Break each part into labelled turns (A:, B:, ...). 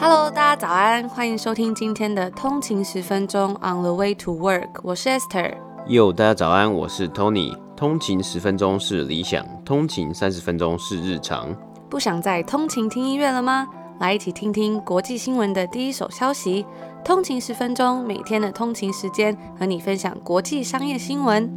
A: Hello， 大家早安，欢迎收听今天的通勤10分钟 On the way to work， 我是 Esther。
B: 大家早安，我是 Tony。通勤10分钟是理想，通勤30分钟是日常。
A: 不想再通勤听音乐了吗？来一起听听国际新闻的第一手消息。通勤10分钟，每天的通勤时间和你分享国际商业新闻。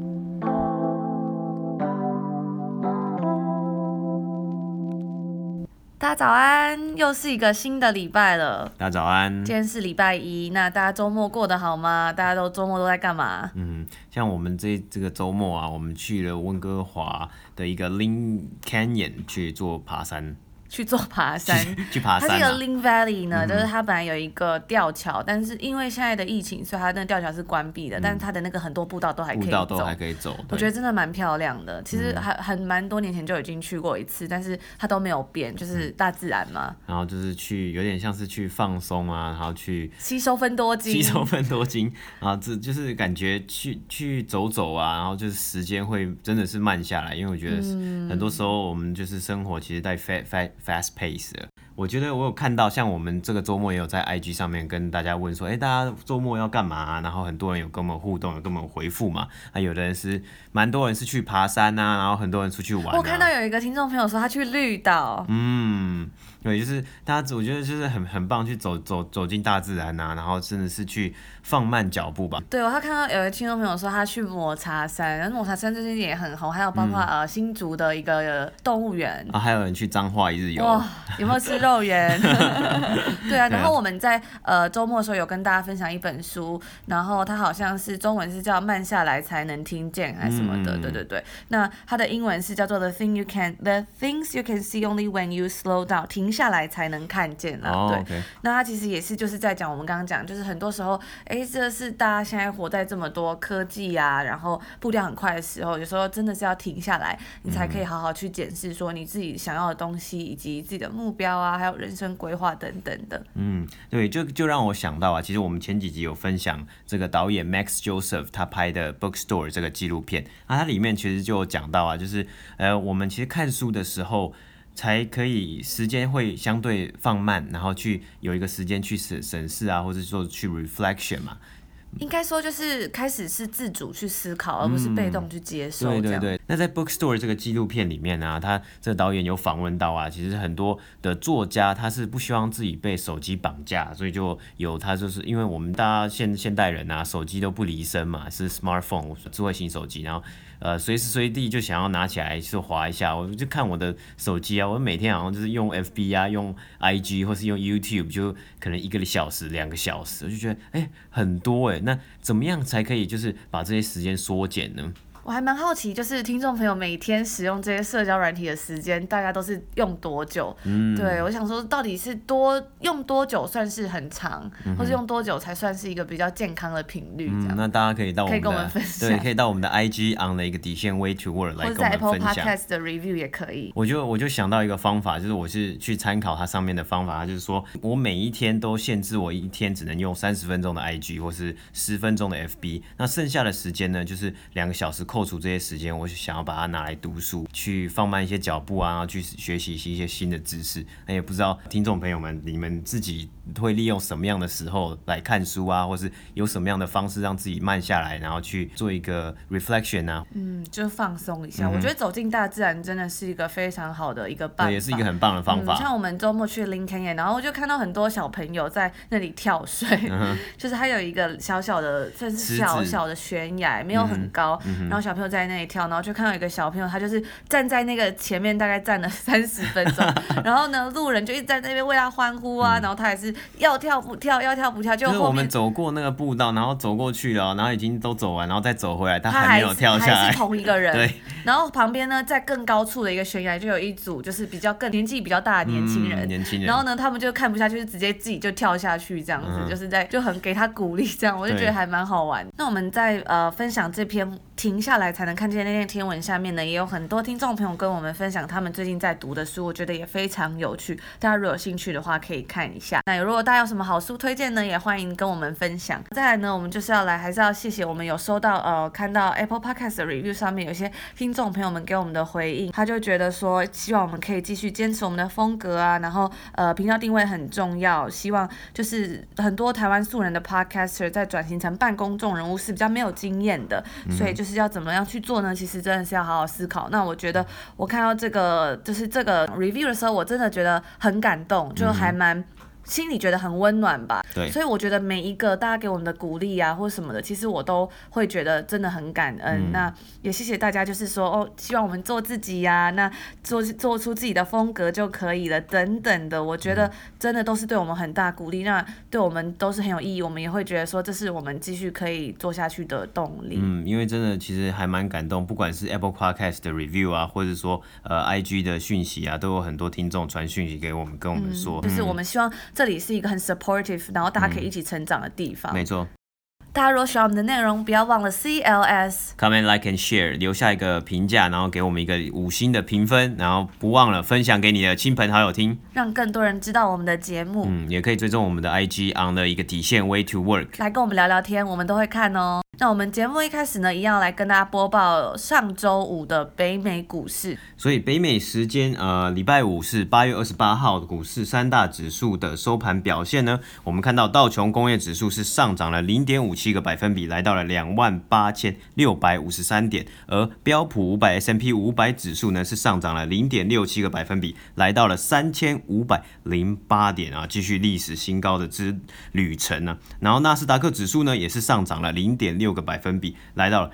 A: 大家早安，又是一个新的礼拜了。
B: 大家早安，
A: 今天是礼拜一，那大家周末过得好吗？大家周末都在干嘛？
B: 像我们这个周末啊，我们去了温哥华的一个 Lynn Canyon 去做爬山。
A: 去做爬山，
B: 去爬山、啊。
A: 它这个 Lynn Valley 呢，就是它本来有一个吊桥，但是因为现在的疫情，所以它那个吊桥是关闭的，但是它的那个很多步道都还可以走，我觉得真的蛮漂亮的。其实还蛮多年前就已经去过一次，但是它都没有变，就是大自然嘛。
B: 然后就是去有点像是去放松啊，然后去
A: 吸收芬多精，
B: 然后这就是感觉去走走啊，然后就是时间会真的是慢下来，因为我觉得很多时候我们就是生活其实在fast pace 的。我觉得我有看到，像我们这个周末也有在 IG 上面跟大家问说，大家周末要干嘛啊？然后很多人有跟我们互动，有跟我们回复嘛。有的人是蛮多人是去爬山啊，然后很多人出去玩啊。
A: 我看到有一个听众朋友说他去绿岛，
B: 对，就是大家我觉得就是很棒，去走进大自然啊，然后真的是去放慢脚步吧。
A: 对，我看到有一个听众朋友说他去抹茶山，然后抹茶山最近也很红，还有包括新竹的一个动物园
B: 还有人去彰化一日游。
A: 哇，有没有吃肉圆？对啊，然后我们在周末的时候有跟大家分享一本书，然后它好像是中文是叫慢下来才能听见还是什么的，对。那它的英文是叫做 The things you can see only when you slow down， 停下来才能看见啦。对，
B: okay.
A: 那它其实也是就是在讲我们刚刚讲，就是很多时候，这是大家现在活在这么多科技啊，然后步调很快的时候，有时候真的是要停下来，你才可以好好去检视说你自己想要的东西，以及自己的目标啊，还有人生规划等等的。
B: 对，就让我想到啊，其实我们前几集有分享这个导演 Max Joseph 他拍的 Bookstore 这个纪录片，它里面其实就有讲到啊，就是我们其实看书的时候，才可以时间会相对放慢，然后去有一个时间去审视啊，或者说去 reflection 嘛。
A: 应该说就是开始是自主去思考，而不是被动去接受。
B: 对。那在 Bookstore 这个纪录片里面啊，他这个导演有访问到啊，其实很多的作家他是不希望自己被手机绑架，所以就有他就是因为我们大家现代人啊，手机都不离身嘛，是 smartphone 智慧型手机，然后随时随地就想要拿起来就滑一下，我就看我的手机啊，我每天好像就是用 FB 啊，用 IG 或是用 YouTube， 就可能1个小时、2个小时，我就觉得很多那怎么样才可以就是把这些时间缩减呢？
A: 我还蛮好奇，就是听众朋友每天使用这些社交软体的时间，大家都是用多久？对，我想说，到底是用多久算是很长，或是用多久才算是一个比较健康的频率？这样，
B: 那大家可以到
A: 跟我们分享，
B: 对，可以到我们的 IG on 的一个底线 way to work 来跟我们分享，或者在
A: Apple Podcast 的 review 也可以。
B: 我就想到一个方法，就是我是去参考它上面的方法，它就是说我每一天都限制我一天只能用30分钟的 IG 或是10分钟的 FB， 那剩下的时间呢，就是2个小时扣除这些时间，我想要把它拿来读书，去放慢一些脚步啊，然后去学习一些新的知识。那也不知道听众朋友们，你们自己会利用什么样的时候来看书啊，或是有什么样的方式让自己慢下来，然后去做一个 reflection 啊？
A: 就放松一下。我觉得走进大自然真的是一个非常好的一个办法，
B: 对，也是一个很棒的方法。
A: 像我们周末去 Lynn Canyon， 然后我就看到很多小朋友在那里跳水，就是它有一个小小的，算是小小的悬崖，没有很高，然后小朋友在那里跳，然后就看到一个小朋友，他就是站在那个前面，大概站了30分钟，然后呢，路人就一直在那边为他欢呼啊，然后他还是要跳不跳，
B: 就是我们走过那个步道，然后走过去了，然后已经都走完，然后再走回来，他还没有跳下来，
A: 还是同一个人。
B: 对。
A: 然后旁边呢，在更高处的一个悬崖，就有一组就是年纪比较大的年轻人，然后呢，他们就看不下去，就直接自己就跳下去，这样子，就是就很给他鼓励，这样我就觉得还蛮好玩。那我们在分享这篇停下来才能看见那篇天文下面呢，也有很多听众朋友跟我们分享他们最近在读的书，我觉得也非常有趣。大家如果有兴趣的话，可以看一下。那如果大家有什么好书推荐呢，也欢迎跟我们分享。再来呢，我们就是还是要谢谢我们有收到看到 Apple Podcast 的 review 上面有些听众朋友们给我们的回应，他就觉得说希望我们可以继续坚持我们的风格啊，然后频道定位很重要，希望就是很多台湾素人的 podcaster 在转型成半公众人物是比较没有经验的，所以就是要怎么样去做呢？其实真的是要好好思考。那我觉得我看到这个 review 的时候，我真的觉得很感动，就还蛮心里觉得很温暖吧。
B: 对，
A: 所以我觉得每一个大家给我们的鼓励啊，或什么的，其实我都会觉得真的很感恩。那也谢谢大家，就是说希望我们做自己呀，那做出自己的风格就可以了，等等的。我觉得真的都是对我们很大鼓励，那对我们都是很有意义。我们也会觉得说，这是我们继续可以做下去的动力。
B: 因为真的其实还蛮感动，不管是 Apple Podcast 的 review 啊，或者说IG 的讯息啊，都有很多听众传讯息给我们，跟我们说，
A: 就是我们希望这里是一个很 supportive， 然后大家可以一起成长的地方。
B: 没错。
A: 大家如果喜欢我们的内容，不要忘了 CLS
B: comment like and share 留下一个评价，然后给我们一个5星的评分，然后不忘了分享给你的亲朋好友听，
A: 让更多人知道我们的节目。
B: 也可以追踪我们的 IG on 的一个底线 way to work，
A: 来跟我们聊聊天，我们都会看哦。那我们节目一开始呢，一样来跟大家播报上周五的北美股市。
B: 所以北美时间礼拜五是8月28号的股市3大指数的收盘表现呢，我们看到道琼工业指数是上涨了 0.57 个百分比，来到了28,653点，而标普500 S&P 500指数呢是上涨了 0.67 个百分比，来到了3,508点啊，继续历史新高的旅程呢。然后纳斯达克指数呢也是上涨了 0.6 个百分比，来到了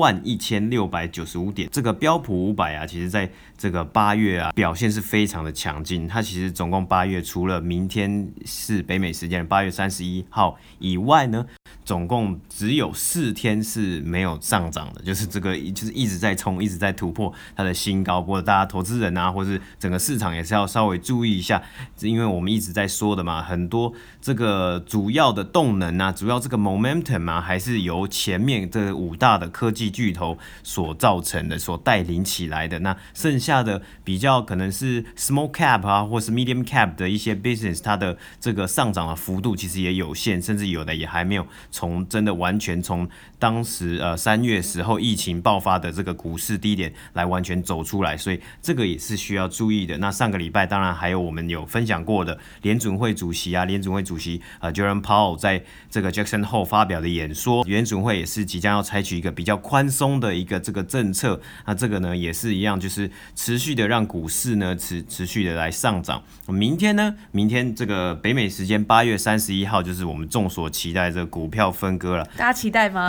B: 11,695点。这个标普500啊，其实在这个8月啊表现是非常的强劲，它其实总共8月除了明天是北美时间的8月31号以外呢，总共只有4天是没有上涨的，就是这个就是一直在冲，一直在突破它的新高。不过大家投资人啊，或是整个市场也是要稍微注意一下，因为我们一直在说的嘛，很多这个主要的动能啊，主要这个 momentum 啊，还是由前面这5大的科技巨头所造成的，所带领起来的。那剩下的比较可能是 small cap 啊，或是 medium cap 的一些 business， 它的这个上涨的幅度其实也有限，甚至有的也还没有真的完全从当时3月时候疫情爆发的这个股市低点来完全走出来，所以这个也是需要注意的。那上个礼拜当然还有我们有分享过的联准会主席Jerome Powell 在这个 Jackson Hole 发表的演说，联准会也是即将要采取一个比较宽松的一个这个政策，那这个呢也是一样，就是持续的让股市呢持续的来上涨。明天这个北美时间8月31号就是我们众所期待的这个股票分割了，
A: 大家期待吗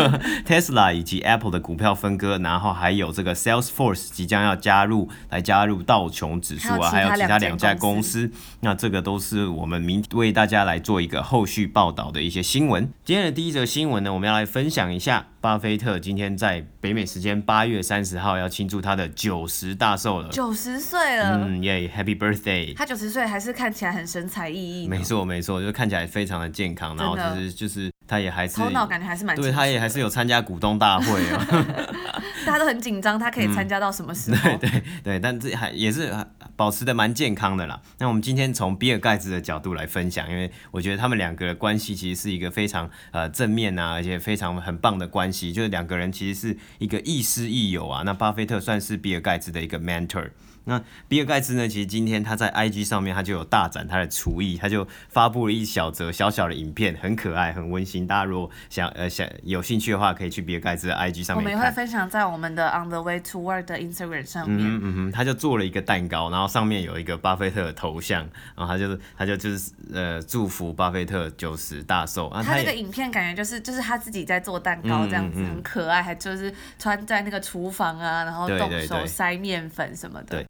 B: ？Tesla 以及 Apple 的股票分割，然后还有这个 Salesforce 即将要加入道琼指数啊，还有其他2家公司，那这个都是我们为大家来做一个后续报道的一些新闻。今天的第一则新闻呢，我们要来分享一下巴菲特今天在北美时间8月30号要庆祝他的90大寿了
A: ，90岁了，
B: 耶 Happy Birthday！
A: 他90岁还是看起来很神采奕奕，
B: 没错，就是看起来非常的健康，然后就是他也还是
A: 头脑感觉还是蛮清楚的，
B: 对，他也还是有参加股东大会哦。
A: 大家都很紧张，他可以参加到什么时候？
B: 对，但这也是保持的蛮健康的啦。那我们今天从比尔盖茨的角度来分享，因为我觉得他们2个的关系其实是一个非常正面啊，而且非常很棒的关系，就是2个人其实是一个亦师亦友啊。那巴菲特算是比尔盖茨的一个 mentor。那比尔盖茨呢，其实今天他在 IG 上面他就有大展他的厨艺，他就发布了一小则小小的影片，很可爱很温馨，大家如果想有兴趣的话，可以去比尔盖茨的 IG 上面看。
A: 我们也会分享在我们的 On the Way to Work 的 Instagram 上面。
B: 他就做了一个蛋糕，然后上面有一个巴菲特的头像，然后他就是祝福巴菲特90大寿。
A: 他那个影片感觉就是他自己在做蛋糕这样子，很可爱，还就是穿在那个厨房啊，然后动手塞面粉什么的。
B: 对，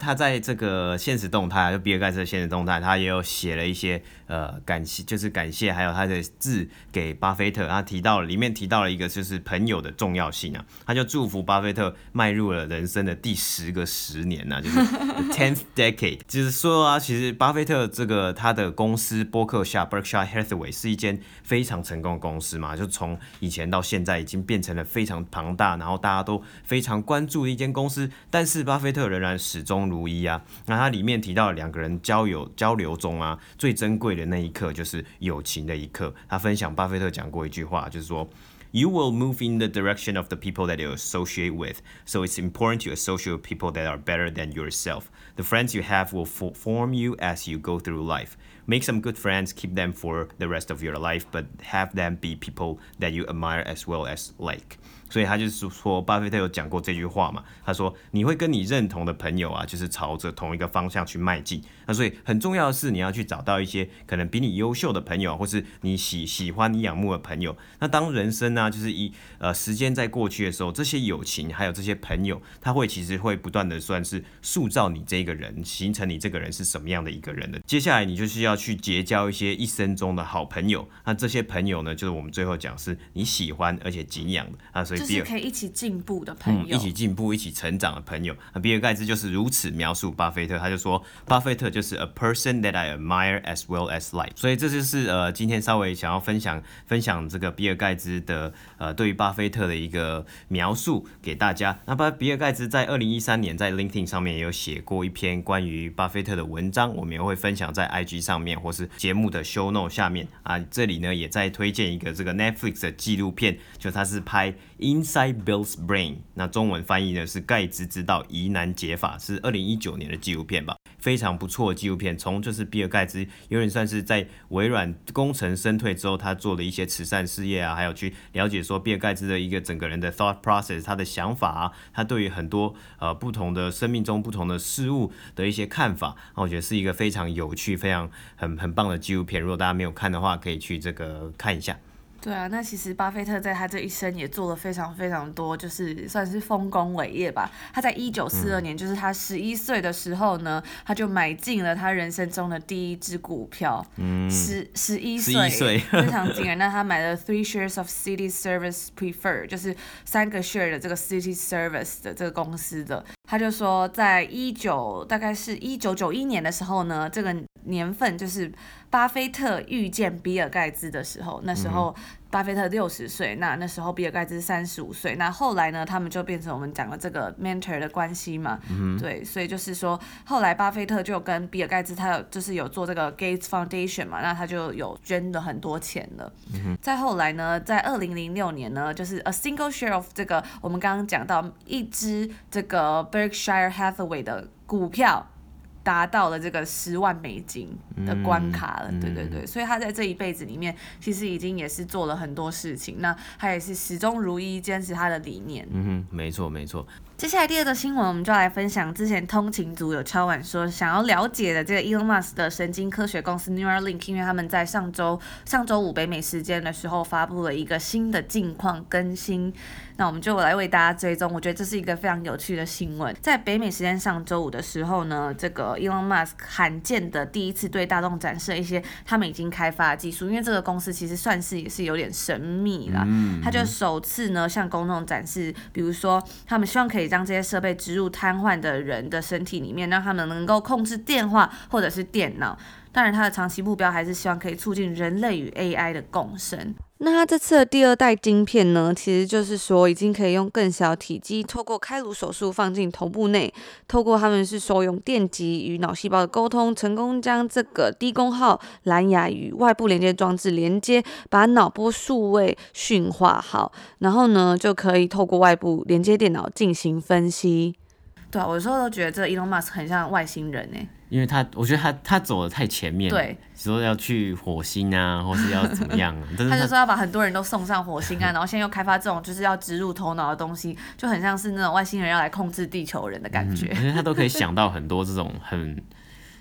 B: 他在这个现实动态，就比尔盖茨的现实动态，他也有写了一些感谢，还有他的字给巴菲特。他里面提到了一个就是朋友的重要性啊，他就祝福巴菲特迈入了人生的第10个10年啊，就是 10th decade。就是说啊，其实巴菲特这个他的公司波克夏 Berkshire Hathaway 是一间非常成功的公司嘛，就从以前到现在已经变成了非常庞大，然后大家都非常关注的一间公司。但是巴菲特仍然始终如一啊。那他里面提到2个人交流中啊，最珍贵的那一刻就是友情的一刻。他分享巴菲特讲过一句话，就是说，You will move in the direction of the people that you associate with, so it's important to associate with people that are better than yourself. The friends you have will form you as you go through life. Make some good friends, keep them for the rest of your life, but have them be people that you admire as well as like. 所以他就是说，巴菲特有讲过这句话嘛，他说你会跟你认同的朋友啊，就是朝着同一个方向去迈进。那所以很重要的是，你要去找到一些可能比你优秀的朋友，或是你喜欢你仰慕的朋友。那当人生啊，就是时间在过去的时候，这些友情还有这些朋友，他其实会不断的算是塑造你这个人，形成你这个人是什么样的一个人的。接下来你就是要去结交一些一生中的好朋友。那这些朋友呢，就是我们最后讲是你喜欢而且敬仰的啊，所以
A: 就是可以一起进步的朋友，
B: 一起进步、一起成长的朋友。比尔盖茨就是如此描述巴菲特，他就说，巴菲特就是 a person that I admire as well as like。所以这就是今天稍微想要分享这个比尔盖茨的对于巴菲特的一个描述给大家。那比尔盖茨在2013年在 LinkedIn 上面也有写过一篇关于巴菲特的文章，我们也会分享在 IG 上面或是节目的 show note 下面啊。这里呢也在推荐一个这个 Netflix 的纪录片，就它是拍 Inside Bill's Brain， 那中文翻译的是盖茨之道疑难解法，是2019年的纪录片吧，非常不错的纪录片。从就是比尔盖茨有点算是在微软功成身退之后，他做了一些慈善事业啊，还有去了解说比尔盖茨的一个整个人的 thought process， 他的想法啊，他对于很多不同的生命中不同的事物的一些看法，我觉得是一个非常有趣、非常很棒的纪录片。如果大家没有看的话，可以去这个看一下。
A: 对啊，那其实巴菲特在他这一生也做了非常非常多，就是算是丰功伟业吧。他在1942年，就是他11岁的时候呢，他就买进了他人生中的第一支股票，11岁，非常惊人。那他买了3 shares of City Service Preferred， 就是3个 share 的这个 City Service 的这个公司的。他就说，在大概是1991年的时候呢，这个年份就是巴菲特遇见比尔盖茨的时候，那时候巴菲特60岁，那时候比尔盖茨35岁，那后来呢，他们就变成我们讲的这个 mentor 的关系嘛，对，所以就是说，后来巴菲特就跟比尔盖茨他有做这个 Gates Foundation 嘛，那他就有捐了很多钱了。再后来呢，在2006年呢，就是 a single share of 这个我们刚刚讲到一支这个 Berkshire Hathaway 的股票，达到了这个$10万的关卡了，对对对，所以他在这一辈子里面，其实已经也是做了很多事情，那他也是始终如一，坚持他的理念。
B: 没错没错。
A: 接下来第二个新闻，我们就来分享之前通勤族有敲碗说想要了解的这个 Elon Musk 的神经科学公司 Neuralink， 因为他们在上周五北美时间的时候发布了一个新的近况更新，那我们就来为大家追踪。我觉得这是一个非常有趣的新闻。在北美时间上周五的时候呢，这个 Elon Musk 罕见的第一次对大众展示了一些他们已经开发的技术，因为这个公司其实算是也是有点神秘啦，他就首次呢向公众展示，比如说他们希望可以将这些设备植入瘫痪的人的身体里面，让他们能够控制电话或者是电脑。当然，他的长期目标还是希望可以促进人类与 AI 的共生。那他这次的第2代晶片呢，其实就是说已经可以用更小体积，透过开颅手术放进头部内，透过他们是说用电极与脑细胞的沟通，成功将这个低功耗蓝牙与外部连接装置连接，把脑波数位驯化好，然后呢就可以透过外部连接电脑进行分析。对啊，我有时候都觉得这个 Elon Musk 很像外星人
B: 因为我觉得他走得太前面了，对，说要去火星啊，或是要怎么样啊，但是
A: 他就说要把很多人都送上火星啊，然后现在又开发这种就是要植入头脑的东西，就很像是那种外星人要来控制地球人的感觉。
B: 而且他都可以想到很多这种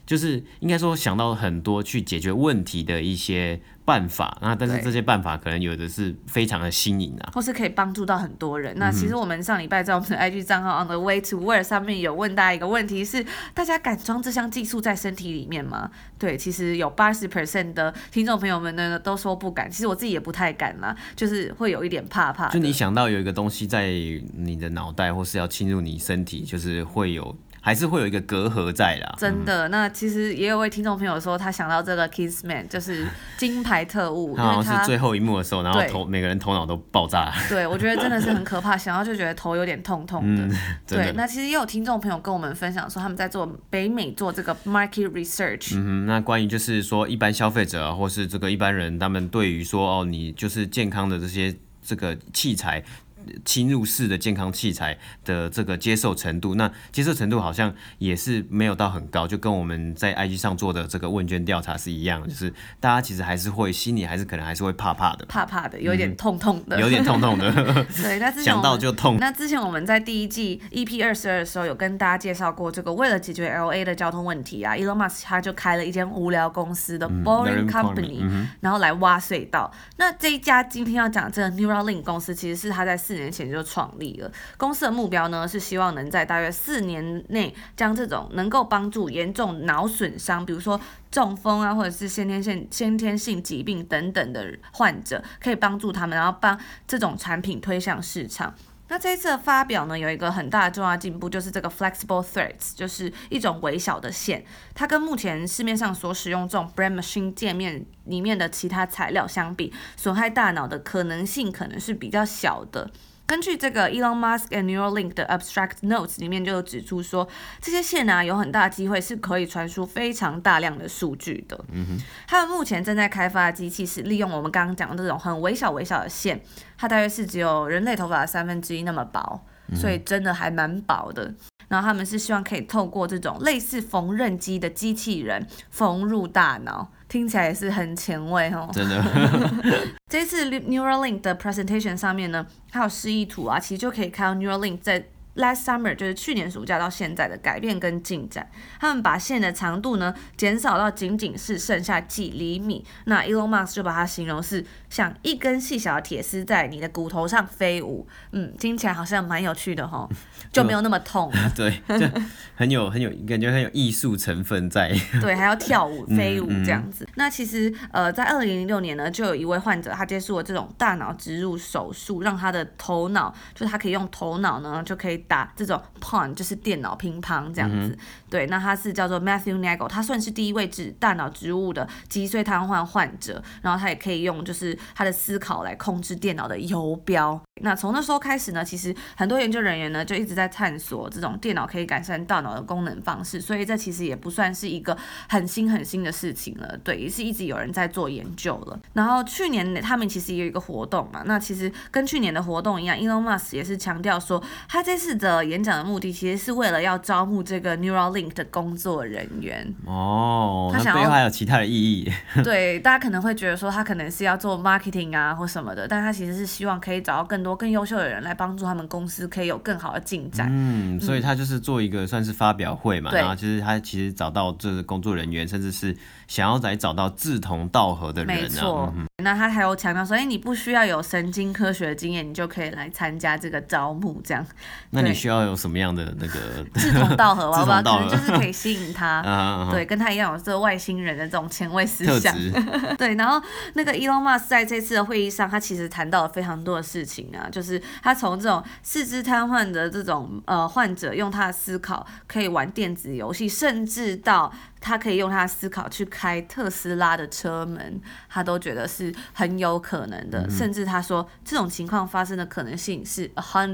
B: 就是应该说想到很多去解决问题的一些办法，那但是这些办法可能有的是非常的新颖啊，
A: 或是可以帮助到很多人。那其实我们上礼拜在我们的 IG 账号 On the Way to Work 上面有问大家一个问题是：大家敢装这项技术在身体里面吗？对，其实有80% 的听众朋友们呢都说不敢。其实我自己也不太敢啦，就是会有一点怕怕的。
B: 就你想到有一个东西在你的脑袋，或是要侵入你身体，就是还是会有一个隔阂在啦。
A: 真的，那其实也有位听众朋友说，他想到这个 Kingsman 就是金牌特务，
B: 他好像是最后一幕的时候，然后每个人头脑都爆炸。
A: 对，我觉得真的是很可怕，想到就觉得头有点痛痛的。对，那其实也有听众朋友跟我们分享说，他们在北美做这个 market research。
B: 那关于就是说一般消费者或是这个一般人，他们对于说你就是健康的这个器材。侵入式的健康器材的这个接受程度，那接受程度好像也是没有到很高，就跟我们在 IG 上做的这个问卷调查是一样的，就是大家其实还是会心里可能还是会怕怕的，有一点痛痛的，
A: 有点痛痛
B: 的。
A: 对，那之前
B: 想到就痛。
A: 那之前我们在第一季 EP22的时候有跟大家介绍过，这个为了解决 LA 的交通问题啊 ，Elon Musk 他就开了一间无聊公司的 Boring Company，然后来挖隧道。那这一家今天要讲这个 Neuralink 公司，其实是他在4年前就创立了。公司的目标呢是希望能在大约4年内，将这种能够帮助严重脑损伤，比如说中风啊，或者是先天性疾病等等的患者，可以帮助他们，然后帮这种产品推向市场。那这一次的发表呢，有一个很大的重要进步，就是这个 flexible threads， 就是一种微小的线，它跟目前市面上所使用这种 brain machine 界面里面的其他材料相比，损害大脑的可能性可能是比较小的。根据这个 Elon Musk and Neuralink 的 Abstract Notes 里面就有指出说，这些线有很大机会是可以传输非常大量的数据的。他们目前正在开发的机器是利用我们刚刚讲的这种很微小的线，它大约是只有人类头发的1/3那么薄，所以真的还蛮薄的。然后他们是希望可以透过这种类似缝纫机的机器人缝入大脑，听起来也是很前卫哦。
B: 真的。
A: 这次 Neuralink 的 presentation 上面呢，还有示意图啊，其实就可以看到 Neuralink 在last summer 就是去年暑假到现在的改变跟进展。他们把线的长度呢减少到仅是剩下几厘米。那 Elon Musk 就把它形容是像一根细小的铁丝在你的骨头上飞舞。听起来好像蛮有趣的齁，就没有那么痛。
B: 对，就很有感觉很有艺术成分在。
A: 对，还要跳舞飞舞这样子。那其实在2006年呢，就有一位患者他接受了这种大脑植入手术，让他的头脑就是他可以用头脑呢就可以打这种 pawn， 就是电脑乒乓这样子。对，那他是叫做 Matthew Nagel， 他算是第一位大脑植入的脊髓瘫痪患者，然后他也可以用就是他的思考来控制电脑的游标。那从那时候开始呢，其实很多研究人员呢就一直在探索这种电脑可以改善大脑的功能方式，所以这其实也不算是一个很新的事情了。对，也是一直有人在做研究了。然后去年他们其实也有一个活动嘛，那其实跟去年的活动一样 ，Elon Musk 也是强调说，他这次的演讲的目的其实是为了要招募这个 Neuralink 的工作人员。他想要，那背后
B: 还有其他的意义。
A: 对，大家可能会觉得说他可能是要做 marketing 啊或什么的，但他其实是希望可以找到更多更优秀的人来帮助他们公司可以有更好的进展。
B: 所以他就是做一个算是发表会嘛，然后就是他其实找到这个工作人员，甚至是想要来找到志同道合的人啊。
A: 没错。那他还有强调说，你不需要有神经科学的经验，你就可以来参加这个招募这样。
B: 那你需要有什么样的那个
A: 志同道合吧？可能就是可以吸引他，对，跟他一样有这个外星人的这种前卫思想。对，然后那个 Elon Musk 在这次的会议上，他其实谈到了非常多的事情啊，就是他从这种四肢瘫痪的这种患者用他的思考可以玩电子游戏，甚至到他可以用他的思考去开特斯拉的车门，他都觉得是很有可能的。甚至他说这种情况发生的可能性是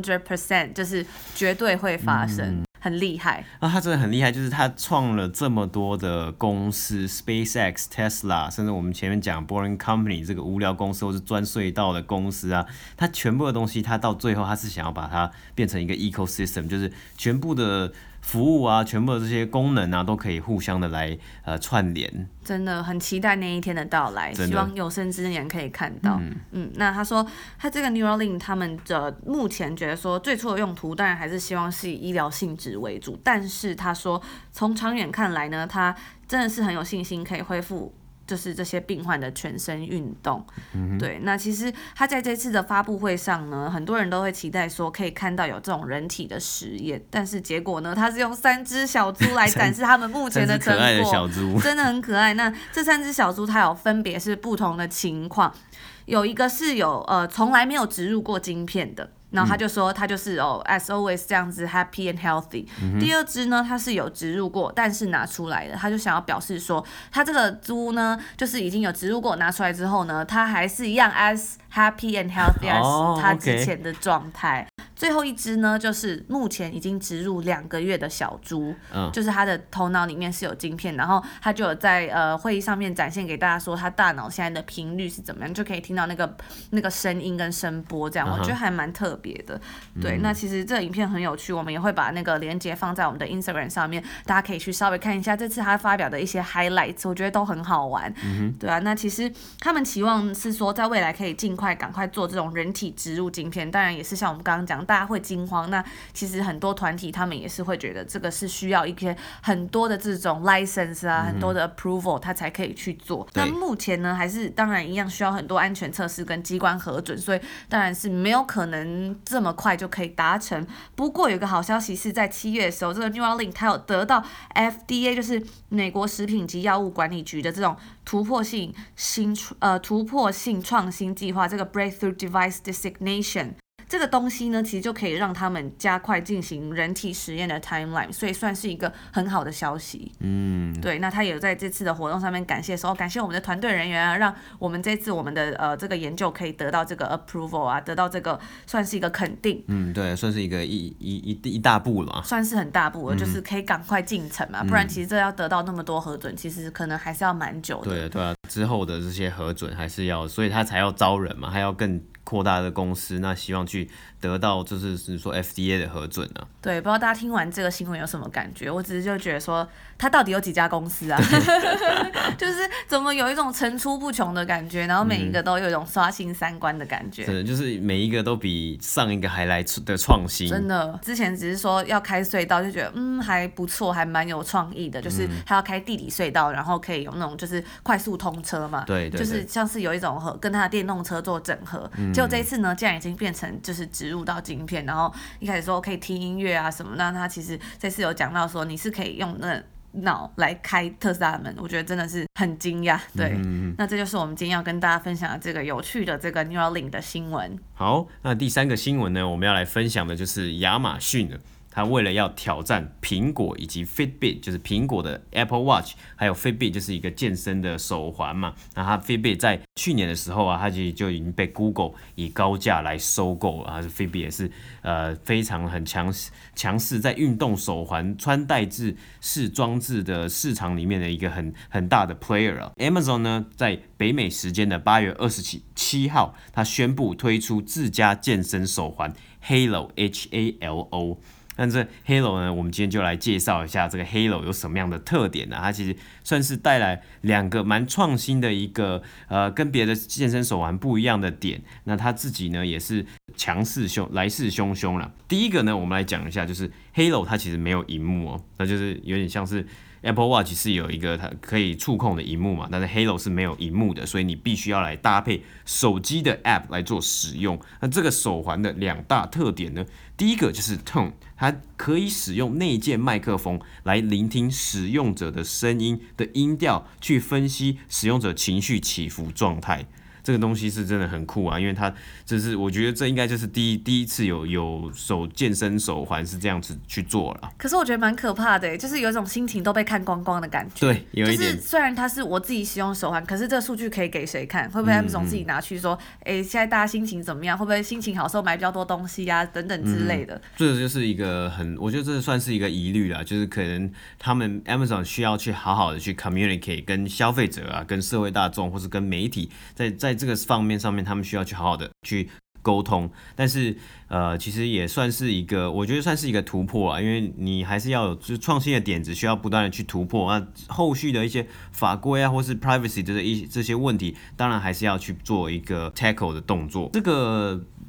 A: 100%， 就是绝对会发生。很厉害
B: 他真的很厉害，就是他创了这么多的公司 ，SpaceX、Tesla， 甚至我们前面讲 Boring Company 这个无聊公司或是钻隧道的公司啊，他全部的东西，他到最后他是想要把它变成一个 ecosystem， 就是全部的服务啊，全部的这些功能啊，都可以互相的来串联。
A: 真的很期待那一天的到来，希望有生之年可以看到。那他说他这个 Neuralink 他们的目前觉得说最初的用途当然还是希望是以医疗性质为主，但是他说从长远看来呢，他真的是很有信心可以恢复就是这些病患的全身运动。对，那其实他在这次的发布会上呢，很多人都会期待说可以看到有这种人体的实验，但是结果呢，他是用3只小猪来展示他们目前的成果，
B: 可爱的小猪
A: 真的很可爱。那这3只小猪它有分别是不同的情况，有一个是有从来没有植入过晶片的。然后他就说他就是as always 这样子 happy and healthy。第2只呢，它是有植入过，但是拿出来的，他就想要表示说，他这个猪呢，就是已经有植入过，拿出来之后呢，它还是一样 as happy and healthy as 它之前的状态。最后一只呢，就是目前已经植入2个月的小猪，就是他的头脑里面是有晶片，然后他就有在会议上面展现给大家说，他大脑现在的频率是怎么样，就可以听到那个声音跟声波，这样我觉得还蛮特别的。对，那其实这个影片很有趣，我们也会把那个连结放在我们的 Instagram 上面，大家可以去稍微看一下这次他发表的一些 highlights， 我觉得都很好玩。对啊，那其实他们期望是说，在未来可以赶快做这种人体植入晶片，当然也是像我们刚刚讲，大家会惊慌。那其实很多团体他们也是会觉得这个是需要一些很多的这种 license 啊，很多的 approval 他才可以去做。那目前呢，还是当然一样需要很多安全测试跟机关核准，所以当然是没有可能这么快就可以达成。不过有个好消息是在7月的时候，这个 Neuralink 它有得到 FDA 就是美国食品及药物管理局的这种突破性创新计划，这个 Breakthrough Device Designation。这个东西呢，其实就可以让他们加快进行人体实验的 timeline， 所以算是一个很好的消息。对，那他也有在这次的活动上面感谢说，感谢我们的团队人员啊，让我们这次我们的这个研究可以得到这个 approval 啊，得到这个算是一个肯定。
B: 对，算是一个一大步了，
A: 算是很大步了，就是可以赶快进程嘛，不然其实这要得到那么多核准，其实可能还是要蛮久的。
B: 对啊，之后的这些核准还是要，所以他才要招人嘛，还要更扩大的公司，那希望去得到就是说 FDA 的核准啊。
A: 对，不知道大家听完这个新闻有什么感觉？我只是就觉得说，它到底有几家公司啊？就是怎么有一种层出不穷的感觉，然后每一个都有一种刷新3观的感觉。
B: 真的，就是每一个都比上一个还来的创新。
A: 真的，之前只是说要开隧道，就觉得还不错，还蛮有创意的。就是它要开地底隧道，然后可以有那种就是快速通车嘛。
B: 对，
A: 就是像是有一种跟它的电动车做整合。结果这一次呢，竟然已经变成就是植入到晶片，然后一开始说可以听音乐啊什么，那他其实这次有讲到说你是可以用那脑来开特斯拉的门，我觉得真的是很惊讶。对，那这就是我们今天要跟大家分享的这个有趣的这个 Neuralink 的新闻。
B: 好，那第3个新闻呢，我们要来分享的就是亚马逊了。他为了要挑战苹果以及 Fitbit， 就是苹果的 Apple Watch， 还有 Fitbit 就是一个健身的手环嘛。那它 Fitbit 在去年的时候啊，它其实就已经被 Google 以高价来收购了。Fitbit 也是非常很强势，在运动手环穿戴式装置的市场里面的一个很大的 player 啊。Amazon 呢，在北美时间的8月27号，它宣布推出自家健身手环 Halo HALO。但这 Halo 呢，我们今天就来介绍一下这个 Halo 有什么样的特点呢？它其实算是带来2个蛮创新的一个跟别的健身手环不一样的点。那它自己呢也是来势汹汹啦。第一个呢，我们来讲一下，就是 Halo 它其实没有萤幕哦，那就是有点像是 Apple Watch 是有一个它可以触控的萤幕嘛，但是 Halo 是没有萤幕的，所以你必须要来搭配手机的 App 来做使用。那这个手环的2大特点呢，第一个就是 Tone， 它可以使用内建麦克风来聆听使用者的声音的音调，去分析使用者情绪起伏状态。这个东西是真的很酷啊，因为它就是我觉得这应该就是第一次有健身手环是这样子去做了。
A: 可是我觉得蛮可怕的，就是有一种心情都被看光光的感觉。
B: 对，有一点。
A: 就是虽然它是我自己使用手环，可是这个数据可以给谁看？会不会他们总自己拿去说，现在大家心情怎么样？会不会心情好时候买比较多东西啊，等等之类的？
B: 这个就是一个我觉得这算是一个疑虑啦，就是可能他们 Amazon 需要去好好的去 communicate 跟消费者啊，跟社会大众或是跟媒体在这个方面上面，他们需要去好好的去沟通，但是其实也算是一个，我觉得算是一个突破啊，因为你还是要有就是创新的点子，需要不断的去突破。那后续的一些法规啊，或是 privacy 这些问题，当然还是要去做一个 tackle 的动作。这个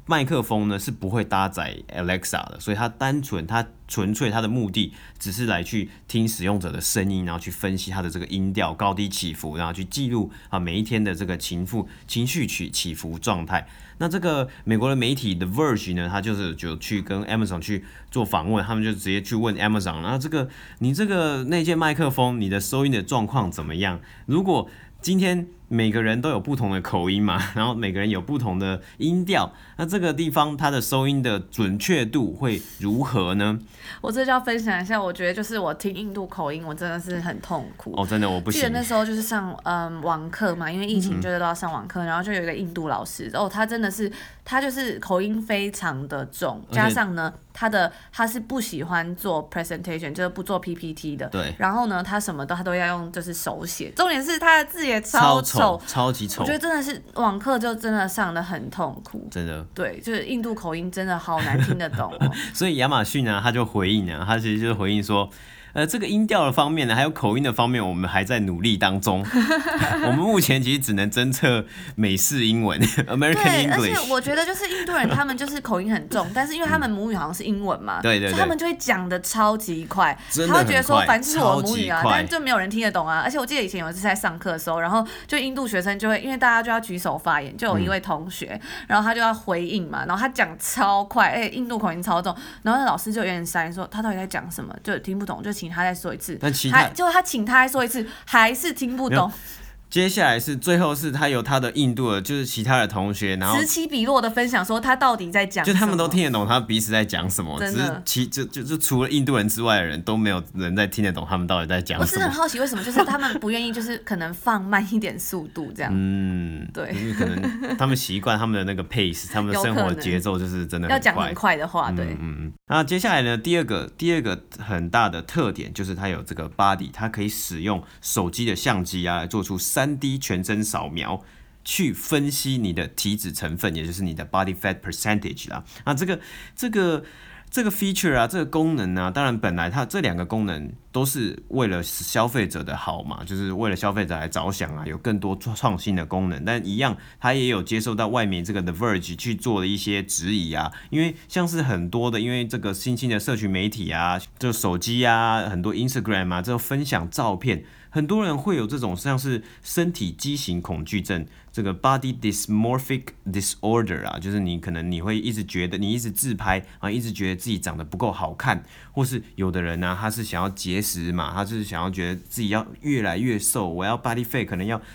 B: 麦克风呢是不会搭载 Alexa 的，所以它纯粹它的目的只是来去听使用者的声音，然后去分析它的这个音调高低起伏，然后去记录每一天的这个情绪起伏状态。那这个美国的媒体 The Verge 呢，他就去跟 Amazon 去做访问，他们就直接去问 Amazon， 然后你那件麦克风，你的收音的状况怎么样？如果今天每个人都有不同的口音嘛，然后每个人有不同的音调，那这个地方它的收音的准确度会如何呢？
A: 我这就要分享一下，我觉得就是我听印度口音，我真的是很痛苦。
B: 哦，真的我不行。
A: 记得那时候就是上网课嘛，因为疫情就是都要上网课，然后就有一个印度老师，他真的是他就是口音非常的重，加上呢他是不喜欢做 presentation， 就是不做 PPT 的。
B: 对。
A: 然后呢，他什么他都要用就是手写，重点是他的字也超丑，
B: 超级丑。
A: 我觉得真的是网课就真的上得很痛苦，
B: 真的。
A: 对，就是印度口音真的好难听得懂哦。
B: 所以亚马逊呢，他就回应啊，他其实就是回应说。这个音调的方面呢，还有口音的方面，我们还在努力当中。我们目前其实只能侦测美式英文 （American English）。
A: 对，而且我觉得就是印度人他们就是口音很重，但是因为他们母语好像是英文嘛，
B: 对，
A: 所以他们就会讲的超级快，
B: 他
A: 会觉得说反正是我母语啊，但是就没有人听得懂啊。而且我记得以前有一次在上课的时候，然后就印度学生就会因为大家就要举手发言，就有一位同学，然后他就要回应嘛，然后他讲超快，印度口音超重，然后那老师就有点傻眼说他到底在讲什么，就听不懂，就请他再说一次。
B: 但
A: 他请他再说一次，还是听不懂。
B: 接下来最后是他有他的印度的，就是其他的同学，然后
A: 此起彼落的分享说他到底在讲什么，
B: 就他们都听得懂他彼此在讲什么，只是就除了印度人之外的人都没有人在听得懂他们到底在讲什么。
A: 我是很好奇为什么，就是他们不愿意，就是可能放慢一点速度这样。对，
B: 因为可能他们习惯他们的那个 pace， 他们的生活节奏就是真的很快。
A: 要讲很快的话，对。
B: 那接下来呢，第二个很大的特点就是它有这个 body， 它可以使用手机的相机来做出3D 全身扫描，去分析你的体脂成分，也就是你的 body fat percentage 啦。那这个 feature 啊，这个功能啊，当然本来它这2个功能都是为了消费者的好嘛，就是为了消费者来着想啊，有更多创新的功能。但一样，它也有接受到外面这个 The Verge 去做的一些质疑啊，因为像是很多的，因为这个新兴的社群媒体啊，就手机啊，很多 Instagram 啊，这种分享照片。很多人会有这种像是身体畸形恐惧症，这个 body dysmorphic disorder 啊，就是你会一直觉得你一直自拍啊，一直觉得自己长得不够好看，或是有的人呢，他是想要节食嘛，他就是想要觉得自己要越来越瘦，我要 body fat 可能要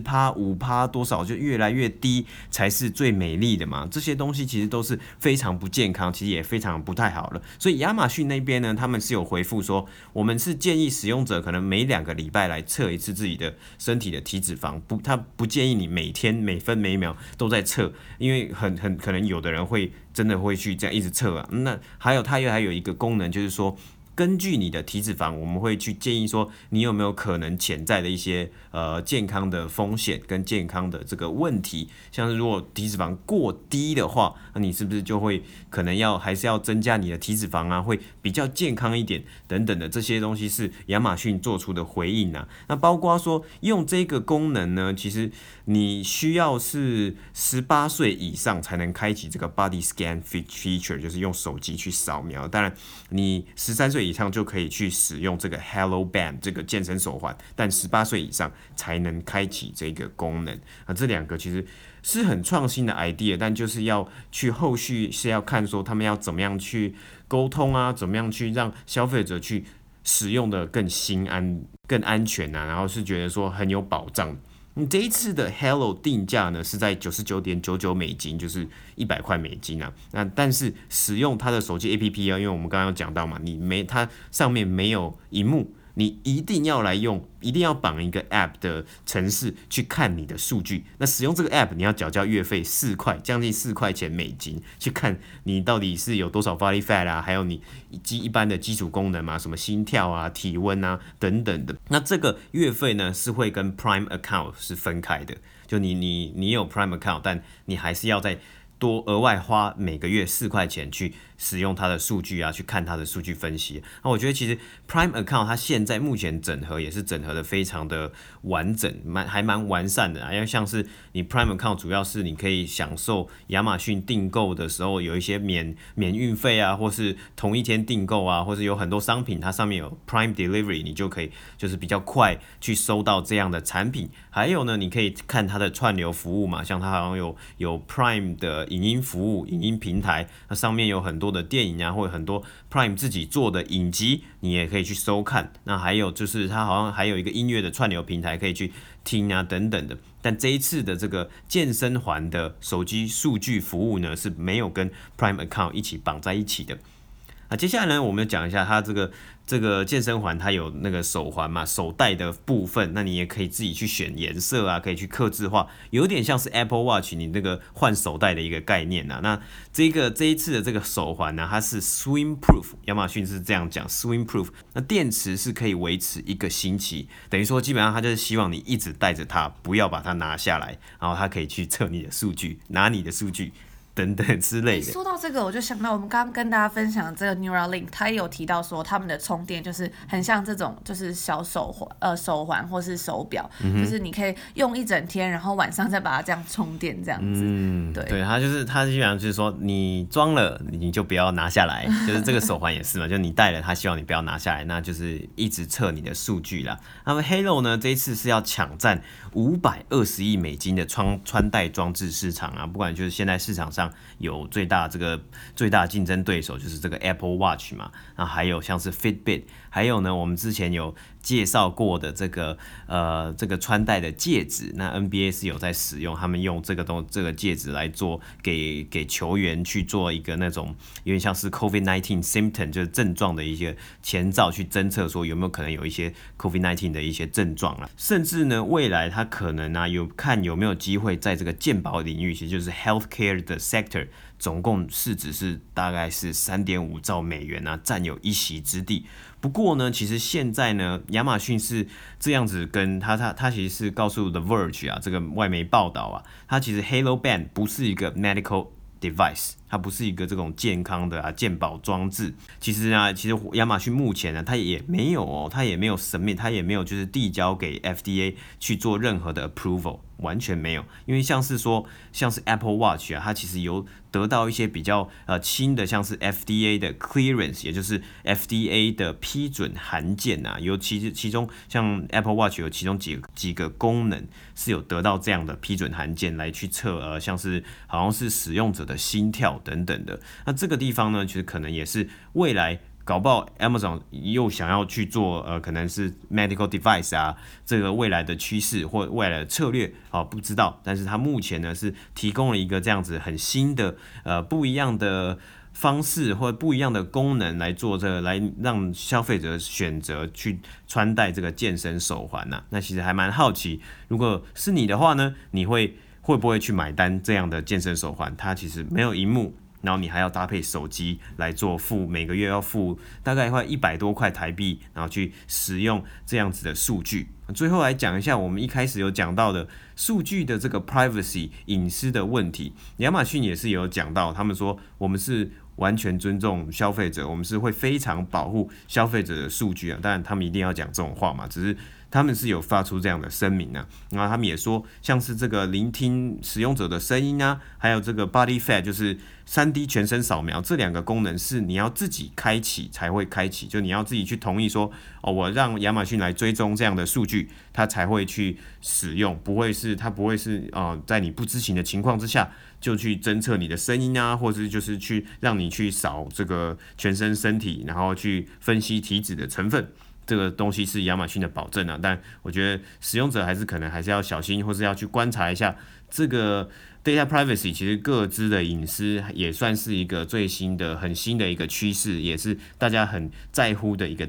B: 10%、5%多少就越来越低才是最美丽的嘛，这些东西其实都是非常不健康，其实也非常不太好了。所以亚马逊那边呢，他们是有回复说，我们是建议使用者可能每2个礼拜来测一次自己的身体的体脂肪，他不建议你每天每分每秒都在测，因为很可能有的人真的会去这样一直测啊。那还有一个功能就是说，根据你的体脂肪，我们会去建议说你有没有可能潜在的一些健康的风险跟健康的这个问题，像是如果体脂肪过低的话，那你是不是就会可能还是要增加你的体脂肪啊，会比较健康一点等等的，这些东西是亚马逊做出的回应啊。那包括说用这个功能呢，其实你需要是18岁以上才能开启这个 body scan feature， 就是用手机去扫描。当然你13岁以上就可以去使用这个 Hello Band 这个健身手环，但18岁以上才能开启这个功能。这2个其实是很创新的 idea， 但就是要去后续是要看说他们要怎么样去沟通啊，怎么样去让消费者去使用的更安全啊，然后是觉得说很有保障。这一次的 Hello 定价呢是在$99.99美金，就是100块美金啊。那但是使用它的手机 APP 啊，因为我们刚刚有讲到嘛，它上面没有萤幕，你一定要绑一个 App 的程式去看你的数据。那使用这个 App， 你要缴月费4块，将近4块钱美金，去看你到底是有多少 body fat 啊，还有你一般的基础功能嘛，什么心跳啊、体温啊等等的。那这个月费呢是会跟 Prime Account 是分开的，就你有 Prime Account， 但你还是要再多额外花每个月4块钱去使用它的数据啊，去看它的数据分析。那我觉得其实 Prime Account 它现在目前整合也是整合的非常的完整，还蛮完善的啊。因为像是你 Prime Account 主要是你可以享受亚马逊订购的时候有一些免运费啊，或是同一天订购啊，或是有很多商品它上面有 Prime Delivery， 你就可以就是比较快去收到这样的产品。还有呢，你可以看它的串流服务嘛，像它好像有 Prime 的影音服务、影音平台，那上面有很多的电影啊，或者很多 Prime 自己做的影集，你也可以去收看。那还有就是它好像还有一个音乐的串流平台可以去听啊等等的。但这一次的这个健身环的手机数据服务呢，是没有跟 Prime Account 一起绑在一起的。那接下来呢，我们讲一下它这个健身环，它有那个手环嘛，手带的部分，那你也可以自己去选颜色啊，可以去客制化，有点像是 Apple Watch 你那个换手带的一个概念啊。那这一次的这个手环呢，它是 Swim Proof， 亚马逊是这样讲 Swim Proof， 那电池是可以维持1个星期，等于说基本上它就是希望你一直带着它，不要把它拿下来，然后它可以去测你的数据，拿你的数据。等等之类的。
A: 说到这个，我就想到我们刚刚跟大家分享这个 Neuralink， 它也有提到说他们的充电就是很像这种就是小手环或是手表，就是你可以用一整天，然后晚上再把它这样充电这样子。
B: 对，它基本上就是说你装了你就不要拿下来，就是这个手环也是嘛，就你戴了，它希望你不要拿下来，那就是一直测你的数据啦。那么 Halo 呢，这一次是要抢占520亿美金的穿戴装置市场啊，不管就是现在市场上有最大竞争对手就是这个 Apple Watch 嘛，那还有像是 Fitbit， 还有呢我们之前有介绍过的这个穿戴的戒指，那 NBA 是有在使用，他们用这个戒指来做给球员去做一个那种有点像是 COVID-19 symptom 就是症状的一些前兆，去侦测说有没有可能有一些 COVID-19 的一些症状啦，甚至呢未来他可能啊看有没有机会在这个健保领域，其实就是 healthcare 的 sector， 总共市值是大概是3.5兆美元啊，占有一席之地。不过呢，其实现在呢，亚马逊是这样子跟他其实是告诉 The Verge 啊这个外媒报道啊，他其实 Halo Band 不是一个 medical device， 它不是一个这种健康的健保装置。其实亚马逊目前呢，它也没有submit， 它也没有就是递交给 FDA 去做任何的 approval。完全没有，因为像是 Apple Watch 啊，它其实有得到一些比较轻的，像是 FDA 的 clearance， 也就是 FDA 的批准函件啊，有其中像 Apple Watch 有其中几个功能是有得到这样的批准函件来去测像是好像是使用者的心跳等等的。那这个地方呢，其实可能也是未来。搞不好 Amazon 又想要去做可能是 medical device 啊，这个未来的趋势或未来的策略不知道。但是它目前呢是提供了一个这样子很新的不一样的方式或不一样的功能来做来让消费者选择去穿戴这个健身手环啊。那其实还蛮好奇，如果是你的话呢，你会不会去买单这样的健身手环？它其实没有萤幕。然后你还要搭配手机来做每个月要付大概快100多块台币，然后去使用这样子的数据。最后来讲一下我们一开始有讲到的数据的这个 privacy 隐私的问题，亚马逊也是有讲到，他们说我们是完全尊重消费者，我们是会非常保护消费者的数据啊。当然他们一定要讲这种话嘛，只是他们是有发出这样的声明啊，然后他们也说，像是这个聆听使用者的声音啊，还有这个 Body Fat 就是3D 全身扫描，这2个功能是你要自己开启才会开启，就你要自己去同意说，我让亚马逊来追踪这样的数据，它才会去使用，它不会是在你不知情的情况之下就去侦测你的声音啊，或者就是去让你去扫这个全身体，然后去分析体脂的成分。这个东西是亚马逊的保证啊，但我觉得使用者可能还是要小心，或是要去观察一下这个 data privacy。其实个资的隐私也算是一个很新的一个趋势，也是大家很在乎的一个点。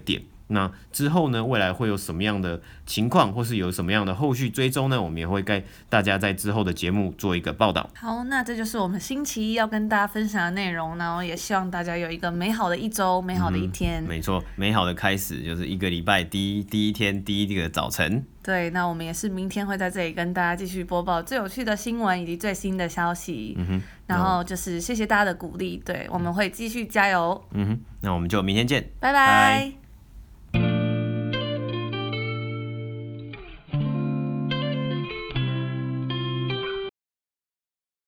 B: 那之后呢，未来会有什么样的情况，或是有什么样的后续追踪呢？我们也会给大家在之后的节目做一个报道。
A: 好，那这就是我们星期一要跟大家分享的内容，然后也希望大家有一个美好的一周，美好的一天。
B: 没错，美好的开始就是一个礼拜第一天第一个早晨。
A: 对，那我们也是明天会在这里跟大家继续播报最有趣的新闻以及最新的消息。然后就是谢谢大家的鼓励，对，我们会继续加油。
B: 那我们就明天见，
A: 拜拜。